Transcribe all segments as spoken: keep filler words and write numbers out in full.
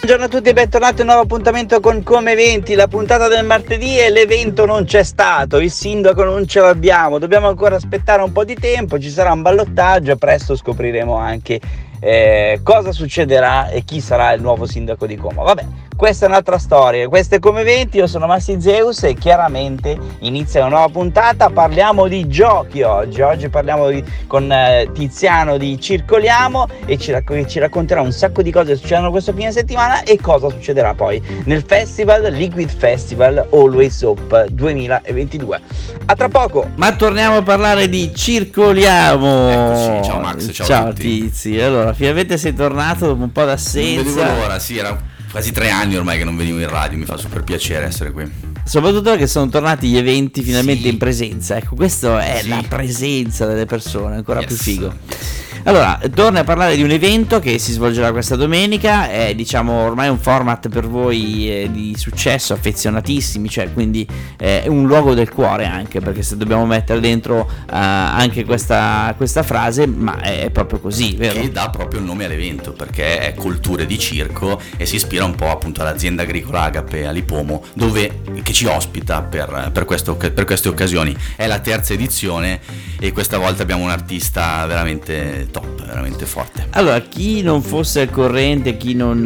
Buongiorno a tutti e bentornati a un nuovo appuntamento con Come Eventi, la puntata del martedì, e l'evento non c'è stato, il sindaco non ce l'abbiamo, dobbiamo ancora aspettare un po' di tempo, ci sarà un ballottaggio e presto scopriremo anche eh, cosa succederà e chi sarà il nuovo sindaco di Como. Vabbè, questa è un'altra storia, questo è Come Eventi, io sono Massi Zeus e chiaramente inizia una nuova puntata, parliamo di giochi oggi, oggi parliamo di, con eh, Tiziano di Circoliamo e ci, racc- ci racconterà un sacco di cose che succedono questo fine settimana e cosa succederà poi nel festival Liquid Festival Always Up duemilaventidue. A tra poco. Ma torniamo a parlare di Circoliamo. Eccoci, ciao Max, ciao, ciao a tutti. Tizi, allora finalmente sei tornato dopo un po' d'assenza. Non vedevo l'ora, sì, era quasi tre anni ormai che non venivo in radio, mi fa super piacere essere qui. Soprattutto perché sono tornati gli eventi finalmente sì. in presenza, ecco, questo è sì. la presenza delle persone, ancora yes. più figo. Allora, torna a parlare di un evento che si svolgerà questa domenica, è diciamo ormai un format per voi eh, di successo, affezionatissimi, cioè quindi eh, è un luogo del cuore anche, perché se dobbiamo mettere dentro uh, anche questa, questa frase, ma è, è proprio così, vero? Che dà proprio il nome all'evento, perché è Culture di Circo e si ispira un po' appunto all'azienda agricola Agape a Lipomo, dove, che ci ospita per, per, questo, per queste occasioni. È la terza edizione e questa volta abbiamo un artista veramente top, veramente forte. Allora, chi non fosse al corrente, chi non,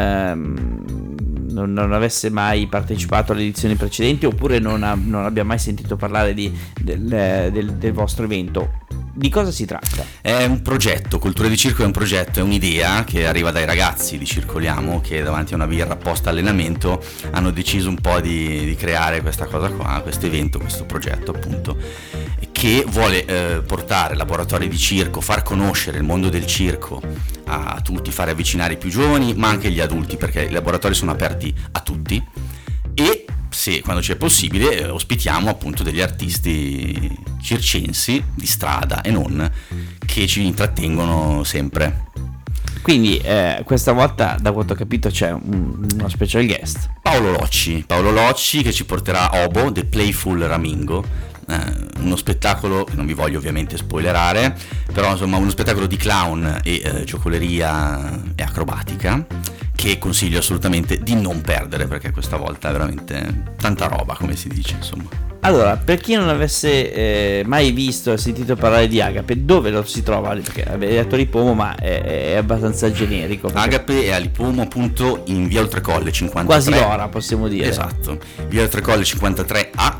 ehm, non, non avesse mai partecipato alle edizioni precedenti oppure non, ha, non abbia mai sentito parlare di, del, del, del vostro evento, di cosa si tratta? È un progetto, Culture di Circo è un progetto, è un'idea che arriva dai ragazzi di Circoliamo che davanti a una birra post allenamento hanno deciso un po' di, di creare questa cosa qua, questo evento, questo progetto appunto, che vuole eh, portare laboratori di circo, far conoscere il mondo del circo a tutti, fare avvicinare i più giovani ma anche gli adulti, perché i laboratori sono aperti a tutti e se quando c'è possibile eh, ospitiamo appunto degli artisti circensi di strada e non, che ci intrattengono sempre. Quindi eh, questa volta, da quanto ho capito, c'è un, uno special guest, Paolo Locci Paolo Locci che ci porterà Obo, The Playful Ramingo, eh, uno spettacolo che non vi voglio ovviamente spoilerare, però insomma uno spettacolo di clown e eh, giocoleria e acrobatica che consiglio assolutamente di non perdere, perché questa volta è veramente tanta roba, come si dice, insomma. Allora, per chi non avesse eh, mai visto o sentito parlare di Agape, dove lo si trova? Perché avete detto Lipomo, ma è, è abbastanza generico. Agape è a Lipomo, appunto, in via Oltrecolle cinquantatré. Quasi l'ora, possiamo dire. Esatto, via Oltrecolle cinquantatré A,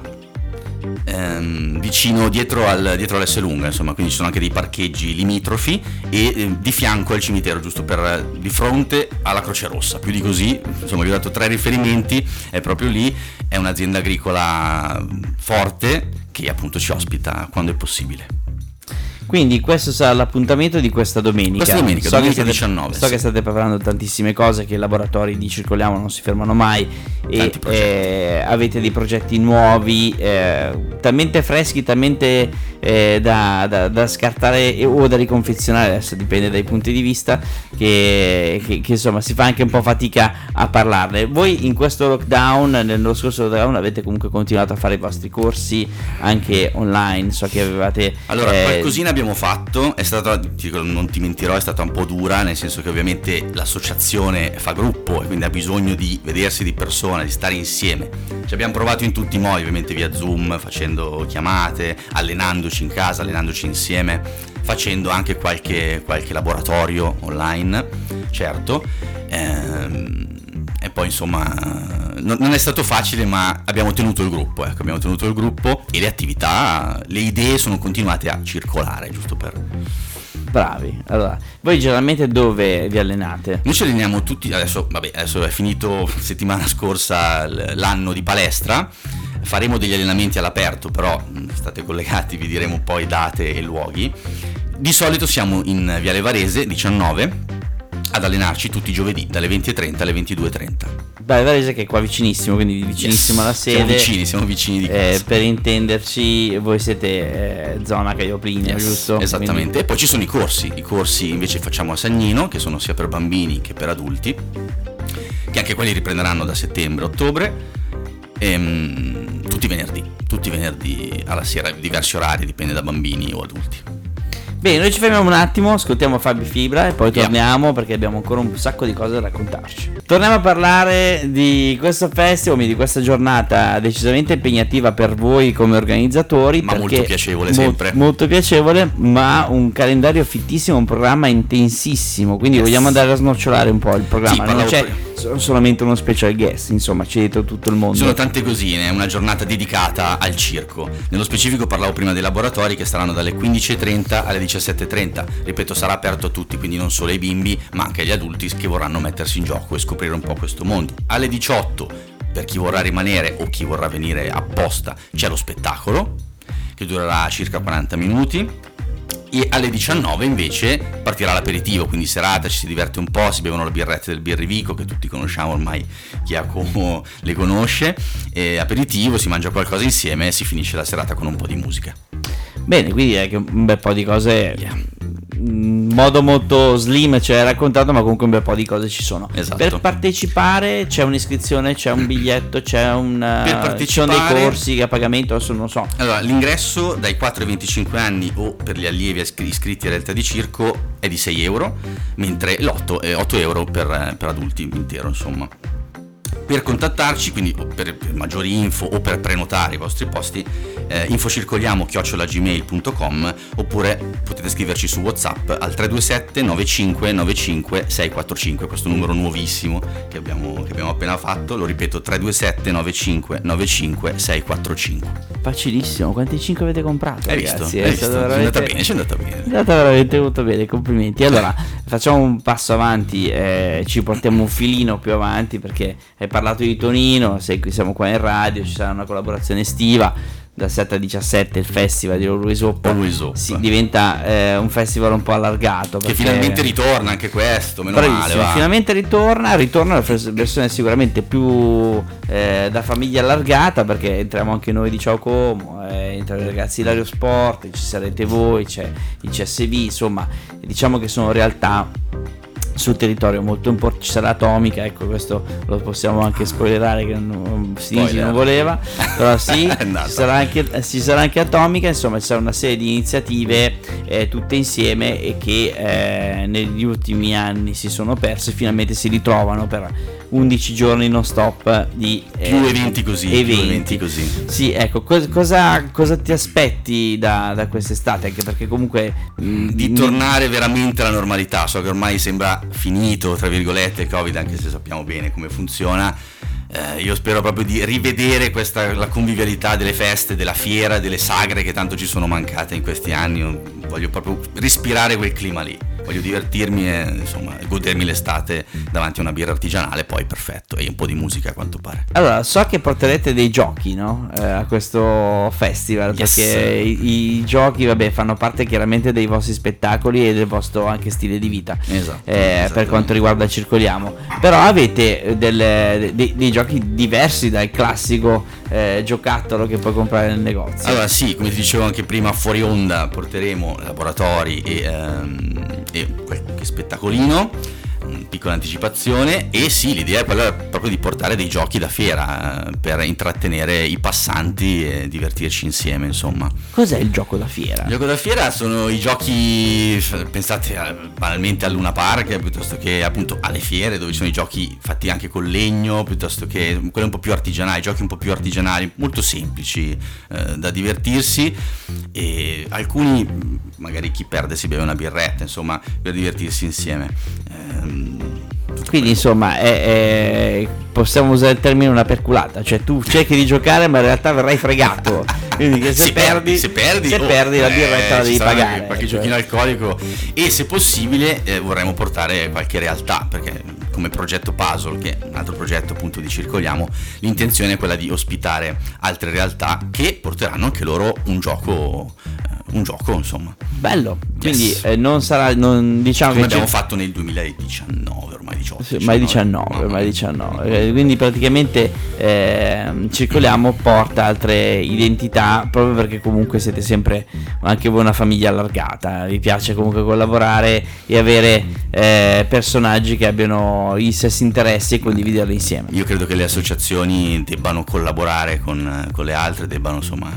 ehm, vicino, dietro, al, dietro all'S Lunga, insomma, quindi ci sono anche dei parcheggi limitrofi e eh, di fianco al cimitero, giusto per di fronte alla Croce Rossa. Più di così, insomma, vi ho dato tre riferimenti, è proprio lì. È un'azienda agricola forte che appunto ci ospita quando è possibile. Quindi questo sarà l'appuntamento di questa domenica. Questa domenica, so domenica che state, diciannove. So sì. che state preparando tantissime cose, che i laboratori di Circoliamo non si fermano mai e eh, avete dei progetti nuovi, eh, talmente freschi, talmente eh, da, da, da scartare o da riconfezionare, adesso dipende dai punti di vista, che, che, che insomma si fa anche un po' fatica a parlarne. Voi in questo lockdown, nello scorso lockdown, avete comunque continuato a fare i vostri corsi anche online, so che avevate... Allora, eh, qualcosina abbiamo fatto, è stata, non ti mentirò, è stata un po' dura, nel senso che ovviamente l'associazione fa gruppo e quindi ha bisogno di vedersi di persona, di stare insieme. Ci abbiamo provato in tutti i modi, ovviamente via Zoom, facendo chiamate, allenandoci in casa, allenandoci insieme, facendo anche qualche, qualche laboratorio online, certo. Ehm, e poi insomma non è stato facile, ma abbiamo tenuto il gruppo, ecco, abbiamo tenuto il gruppo e le attività, le idee sono continuate a circolare, giusto per... Bravi. Allora, voi generalmente dove vi allenate? Noi ci alleniamo tutti, adesso, vabbè, adesso è finito settimana scorsa l'anno di palestra, faremo degli allenamenti all'aperto, però state collegati, vi diremo poi date e luoghi. Di solito siamo in Viale Varese diciannove ad allenarci tutti i giovedì dalle venti e trenta alle ventidue e trenta. Beh, Varese che è qua vicinissimo, quindi vicinissimo yes. alla sede. Siamo vicini, siamo vicini di casa. Eh, per intenderci, voi siete eh, zona Caglioplinio, yes, giusto? Esattamente. Quindi... E poi ci sono i corsi, i corsi invece facciamo a Sagnino, che sono sia per bambini che per adulti, che anche quelli riprenderanno da settembre-ottobre, ehm, tutti i venerdì, tutti i venerdì alla sera, diversi orari, dipende da bambini o adulti. Bene, noi ci fermiamo un attimo, ascoltiamo Fabio Fibra e poi torniamo, yeah, perché abbiamo ancora un sacco di cose da raccontarci. Torniamo a parlare di questo festival, di questa giornata decisamente impegnativa per voi come organizzatori, ma molto piacevole mo- sempre. Molto piacevole, ma un calendario fittissimo, un programma intensissimo, quindi yes, vogliamo andare a snocciolare un po' il programma. Sì, non c'è pre- solamente uno special guest, insomma, c'è dietro tutto il mondo. Sono tante cosine, è una giornata dedicata al circo. Nello specifico parlavo prima dei laboratori che saranno dalle quindici e trenta alle diciassette e trenta. Ripeto, sarà aperto a tutti, quindi non solo ai bimbi, ma anche agli adulti che vorranno mettersi in gioco e scoprire un po' questo mondo. Alle diciotto, per chi vorrà rimanere o chi vorrà venire apposta, c'è lo spettacolo che durerà circa quaranta minuti. E alle diciannove invece partirà l'aperitivo, quindi serata, ci si diverte un po', si bevono le birrette del Birrivico che tutti conosciamo ormai, chi ha Como le conosce, e aperitivo, si mangia qualcosa insieme e si finisce la serata con un po' di musica. Bene, quindi è che un bel po' di cose, yeah, in modo molto slim ci hai raccontato, ma comunque un bel po' di cose ci sono. Esatto. Per partecipare c'è un'iscrizione, c'è un biglietto, c'è un per partecipare, ci sono dei corsi a pagamento, adesso non so. Allora, l'ingresso dai quattro ai venticinque anni o per gli allievi iscritti a realtà di circo è di sei euro, mentre l'otto è otto euro per, per adulti intero, insomma. Per contattarci, quindi per maggiori info o per prenotare i vostri posti, eh, infocircoliamo chiocciola gmail punto com, oppure potete scriverci su WhatsApp al tre due sette nove cinque nove cinque sei quattro cinque, questo numero nuovissimo che abbiamo, che abbiamo appena fatto, lo ripeto, tre due sette nove cinque nove cinque sei quattro cinque. Facilissimo, quanti cinque avete comprato? Hai ragazzi? visto? È, Hai visto? veramente... È andata bene, ci è andata bene. È andata veramente molto bene, complimenti. Allora, facciamo un passo avanti, eh, ci portiamo un filino più avanti, perché hai parlato di Tonino, sei qui, siamo qua in radio, ci sarà una collaborazione estiva. Da sette a diciassette il festival di Always Hope, Always Hope. Si diventa eh, un festival un po' allargato, che finalmente ritorna anche questo, meno male, va. Finalmente ritorna, ritorna la versione sicuramente più eh, da famiglia allargata, perché entriamo anche noi di Ciao Como, eh, entrano i ragazzi di Lario Sport, ci sarete voi, c'è il C S V, insomma diciamo che sono realtà sul territorio molto importante. Ci sarà Atomica, ecco, questo lo possiamo anche spoilerare, che non, Sinisi non voleva, però sì, ci sarà, anche, ci sarà anche Atomica, insomma ci sarà una serie di iniziative eh, tutte insieme e che eh, negli ultimi anni si sono perse, finalmente si ritrovano per undici giorni non stop di eh, più eventi così, eventi. Più eventi così. Sì, ecco, co- cosa, cosa ti aspetti da, da quest'estate? Anche perché comunque mh, di mh, tornare veramente alla normalità. So che ormai sembra finito, tra virgolette, il Covid, anche se sappiamo bene come funziona. Eh, io spero proprio di rivedere questa, la convivialità delle feste, della fiera, delle sagre che tanto ci sono mancate in questi anni. Io voglio proprio respirare quel clima lì, voglio divertirmi e insomma godermi l'estate davanti a una birra artigianale, poi perfetto, e un po' di musica a quanto pare. Allora, so che porterete dei giochi, no? Eh, a questo festival, yes, perché i, i giochi, vabbè, fanno parte chiaramente dei vostri spettacoli e del vostro anche stile di vita, esatto, eh, per quanto riguarda Circoliamo. Però avete delle, dei, dei giochi diversi dal classico eh, giocattolo che puoi comprare nel negozio. Allora sì, come ti dicevo anche prima fuori onda, porteremo laboratori e, ehm, e qualche spettacolino, piccola anticipazione, e sì, l'idea è quella proprio di portare dei giochi da fiera eh, per intrattenere i passanti e divertirci insieme, insomma. Cos'è il gioco da fiera? Il gioco da fiera sono i giochi, pensate a, banalmente al Luna Park, piuttosto che appunto alle fiere, dove ci sono i giochi fatti anche con legno, piuttosto che quelli un po' più artigianali, giochi un po' più artigianali, molto semplici eh, da divertirsi, e alcuni, magari chi perde si beve una birretta, insomma, per divertirsi insieme. Eh, Quindi insomma è, è, possiamo usare il termine una perculata, cioè tu cerchi di giocare ma in realtà verrai fregato, quindi che se, se perdi, se perdi, se oh, perdi la birretta eh, la devi pagare, qualche cioè. giochino alcolico, e se possibile eh, vorremmo portare qualche realtà, perché come progetto Puzzle, che è un altro progetto appunto di Circoliamo, l'intenzione è quella di ospitare altre realtà che porteranno anche loro un gioco un gioco, insomma. Bello, quindi yes. eh, non sarà, non, diciamo come che abbiamo c'è... fatto nel duemiladiciannove, ormai diciotto, sì, ormai diciannove, ormai diciannove, quindi praticamente eh, Circoliamo porta altre identità, proprio perché comunque siete sempre anche voi una famiglia allargata, vi piace comunque collaborare e avere eh, personaggi che abbiano gli stessi interessi e condividerli insieme. Io credo che le associazioni debbano collaborare con, con le altre, debbano insomma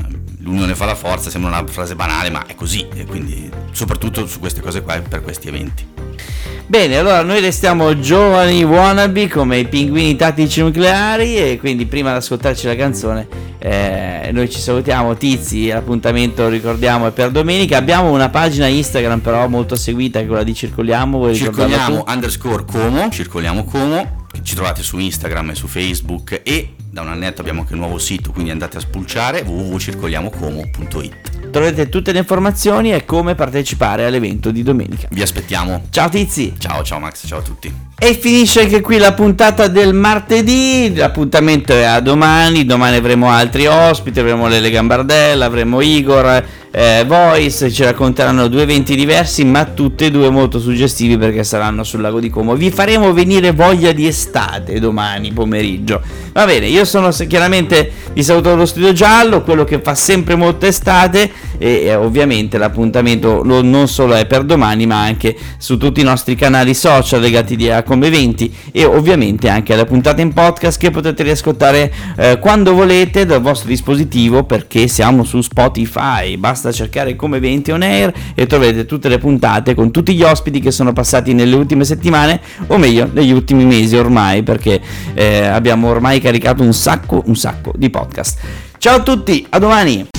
l'unione fa la forza, sembra una frase banale ma è così, e quindi soprattutto su queste cose qua per questi eventi. Bene, allora noi restiamo giovani wannabe come i pinguini tattici nucleari, e quindi prima di ascoltarci la canzone eh, noi ci salutiamo. Tizi, l'appuntamento ricordiamo è per domenica. Abbiamo una pagina Instagram però molto seguita, che è quella di Circoliamo. Vuoi Circoliamo underscore Como, Circoliamo Como, che ci trovate su Instagram e su Facebook, e da un annetto abbiamo anche il nuovo sito, quindi andate a spulciare w w w punto circoliamo como punto it. Troverete tutte le informazioni e come partecipare all'evento di domenica. Vi aspettiamo. Ciao Tizi. Ciao, ciao Max, ciao a tutti. E finisce anche qui la puntata del martedì. L'appuntamento è a domani. Domani avremo altri ospiti, avremo Lele Gambardella, avremo Igor, eh, Voice. Ci racconteranno due eventi diversi, ma tutti e due molto suggestivi, perché saranno sul lago di Como. Vi faremo venire voglia di estate domani pomeriggio. Va bene, io sono chiaramente vi saluto dallo studio giallo, quello che fa sempre molta estate, e, e ovviamente l'appuntamento lo, non solo è per domani, ma anche su tutti i nostri canali social legati di a Come Eventi, e ovviamente anche alla puntata in podcast che potete riascoltare eh, quando volete dal vostro dispositivo, perché siamo su Spotify. Basta cercare Come Eventi on Air e troverete tutte le puntate con tutti gli ospiti che sono passati nelle ultime settimane, o meglio negli ultimi mesi ormai, perché eh, abbiamo ormai caricato un sacco un sacco di podcast. Ciao a tutti, a domani.